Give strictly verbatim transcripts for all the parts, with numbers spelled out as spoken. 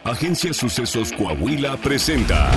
Agencia Sucesos Coahuila presenta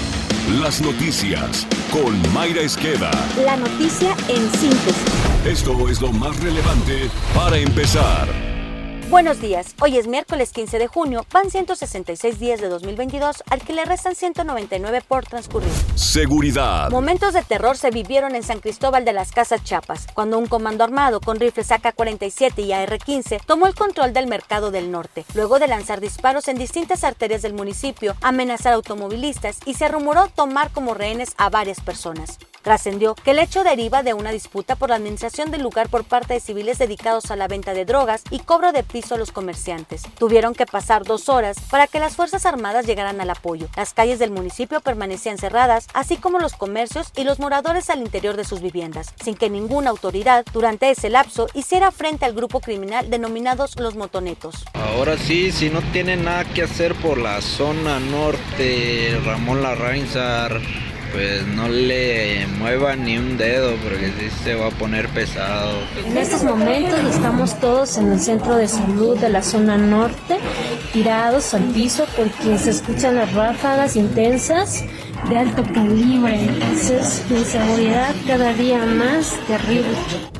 Las Noticias con Mayra Esqueda. La noticia en síntesis. Esto es lo más relevante para empezar. Buenos días, hoy es miércoles quince de junio, van ciento sesenta y seis días de dos mil veintidós, al que le restan ciento noventa y nueve por transcurrir. Seguridad. Momentos de terror se vivieron en San Cristóbal de las Casas, Chiapas, cuando un comando armado con rifles A K cuarenta y siete y A R quince tomó el control del Mercado del Norte, luego de lanzar disparos en distintas arterias del municipio, amenazar automovilistas y se rumoró tomar como rehenes a varias personas. Trascendió que el hecho deriva de una disputa por la administración del lugar por parte de civiles dedicados a la venta de drogas y cobro de piso a los comerciantes. Tuvieron que pasar dos horas para que las Fuerzas Armadas llegaran al apoyo. Las calles del municipio permanecían cerradas, así como los comercios y los moradores al interior de sus viviendas, sin que ninguna autoridad durante ese lapso hiciera frente al grupo criminal denominados los motonetos. Ahora sí, si no tienen nada que hacer por la zona norte, Ramón Larrainzar, pues no le muevan ni un dedo porque sí se va a poner pesado. En estos momentos estamos todos en el centro de salud de la zona norte, tirados al piso porque se escuchan las ráfagas intensas de alto calibre. Entonces, la inseguridad cada día más terrible.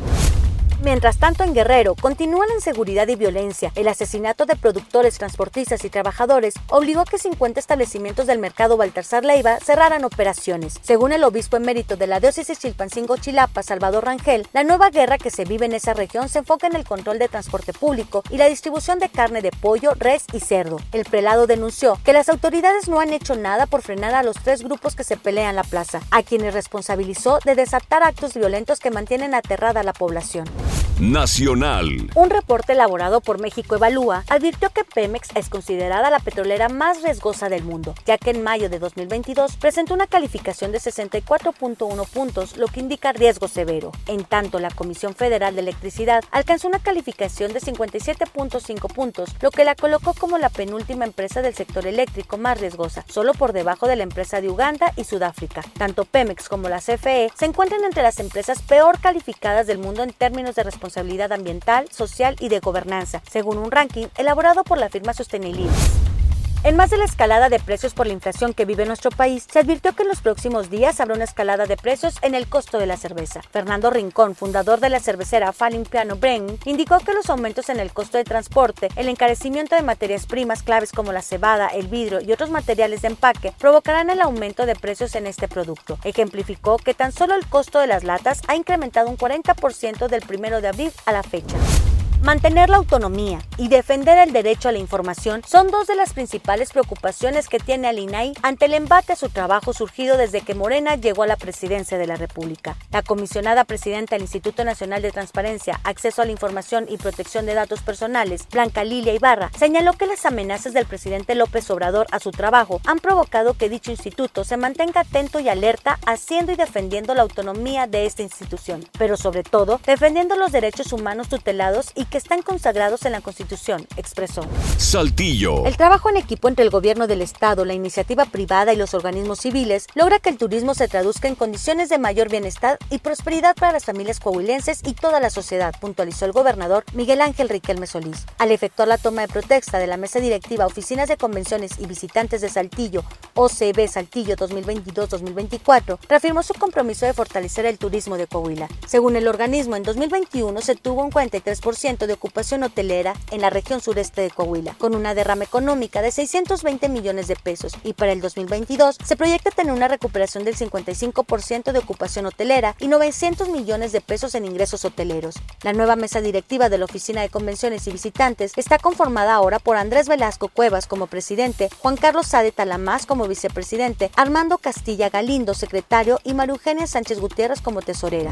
Mientras tanto, en Guerrero, continúa la inseguridad y violencia. El asesinato de productores, transportistas y trabajadores obligó a que cincuenta establecimientos del mercado Baltasar Leiva cerraran operaciones. Según el obispo emérito de la diócesis Chilpancingo-Chilapa, Salvador Rangel, la nueva guerra que se vive en esa región se enfoca en el control de transporte público y la distribución de carne de pollo, res y cerdo. El prelado denunció que las autoridades no han hecho nada por frenar a los tres grupos que se pelean la plaza, a quienes responsabilizó de desatar actos violentos que mantienen aterrada a la población. Nacional. Un reporte elaborado por México Evalúa advirtió que Pemex es considerada la petrolera más riesgosa del mundo, ya que en mayo de dos mil veintidós presentó una calificación de sesenta y cuatro punto uno puntos, lo que indica riesgo severo. En tanto, la Comisión Federal de Electricidad alcanzó una calificación de cincuenta y siete punto cinco puntos, lo que la colocó como la penúltima empresa del sector eléctrico más riesgosa, solo por debajo de la empresa de Uganda y Sudáfrica. Tanto Pemex como la C F E se encuentran entre las empresas peor calificadas del mundo en términos de responsabilidad ambiental, social y de gobernanza, según un ranking elaborado por la firma Sustainalytics. En más de la escalada de precios por la inflación que vive nuestro país, se advirtió que en los próximos días habrá una escalada de precios en el costo de la cerveza. Fernando Rincón, fundador de la cervecera Falling Piano Brewing, indicó que los aumentos en el costo de transporte, el encarecimiento de materias primas claves como la cebada, el vidrio y otros materiales de empaque provocarán el aumento de precios en este producto. Ejemplificó que tan solo el costo de las latas ha incrementado un cuarenta por ciento del primero de abril a la fecha. Mantener la autonomía y defender el derecho a la información son dos de las principales preocupaciones que tiene al I N A I ante el embate a su trabajo surgido desde que Morena llegó a la presidencia de la República. La comisionada presidenta del Instituto Nacional de Transparencia, Acceso a la Información y Protección de Datos Personales, Blanca Lilia Ibarra, señaló que las amenazas del presidente López Obrador a su trabajo han provocado que dicho instituto se mantenga atento y alerta, haciendo y defendiendo la autonomía de esta institución, pero sobre todo defendiendo los derechos humanos tutelados y que están consagrados en la Constitución, expresó. Saltillo. El trabajo en equipo entre el gobierno del estado, la iniciativa privada y los organismos civiles logra que el turismo se traduzca en condiciones de mayor bienestar y prosperidad para las familias coahuilenses y toda la sociedad, puntualizó el gobernador Miguel Ángel Riquelme Solís. Al efectuar la toma de protesta de la mesa directiva Oficinas de Convenciones y Visitantes de Saltillo, O C B Saltillo dos mil veintidós dos mil veinticuatro, reafirmó su compromiso de fortalecer el turismo de Coahuila. Según el organismo, en dos mil veintiuno se tuvo un cuarenta y tres por ciento de ocupación hotelera en la región sureste de Coahuila, con una derrama económica de seiscientos veinte millones de pesos, y para el dos mil veintidós se proyecta tener una recuperación del cincuenta y cinco por ciento de ocupación hotelera y novecientos millones de pesos en ingresos hoteleros. La nueva mesa directiva de la Oficina de Convenciones y Visitantes está conformada ahora por Andrés Velasco Cuevas como presidente, Juan Carlos Sade Talamás como vicepresidente, Armando Castilla Galindo secretario y María Eugenia Sánchez Gutiérrez como tesorera.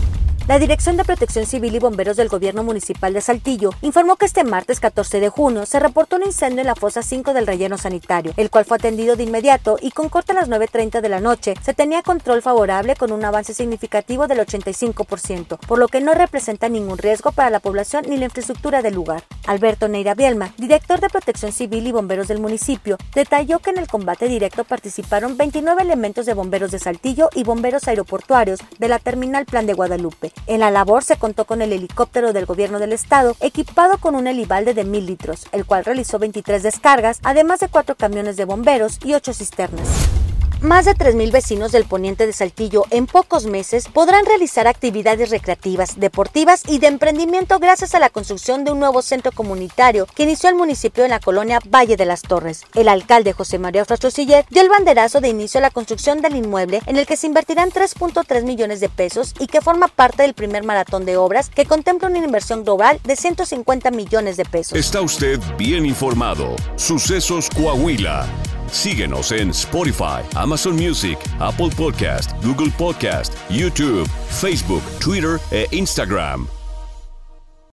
La Dirección de Protección Civil y Bomberos del Gobierno Municipal de Saltillo informó que este martes catorce de junio se reportó un incendio en la fosa cinco del relleno sanitario, el cual fue atendido de inmediato y con corte a las nueve treinta de la noche se tenía control favorable con un avance significativo del ochenta y cinco por ciento, por lo que no representa ningún riesgo para la población ni la infraestructura del lugar. Alberto Neira Bielma, director de Protección Civil y Bomberos del municipio, detalló que en el combate directo participaron veintinueve elementos de bomberos de Saltillo y bomberos aeroportuarios de la Terminal Plan de Guadalupe, En la labor se contó con el helicóptero del gobierno del estado, equipado con un helibalde de mil litros, el cual realizó veintitrés descargas, además de cuatro camiones de bomberos y ocho cisternas. Más de tres mil vecinos del poniente de Saltillo en pocos meses podrán realizar actividades recreativas, deportivas y de emprendimiento gracias a la construcción de un nuevo centro comunitario que inició el municipio en la colonia Valle de las Torres. El alcalde José María Frastrosiller dio el banderazo de inicio a la construcción del inmueble en el que se invertirán tres punto tres millones de pesos y que forma parte del primer maratón de obras que contempla una inversión global de ciento cincuenta millones de pesos. Está usted bien informado. Sucesos Coahuila. Síguenos en Spotify, Amazon Music, Apple Podcast, Google Podcast, YouTube, Facebook, Twitter e Instagram.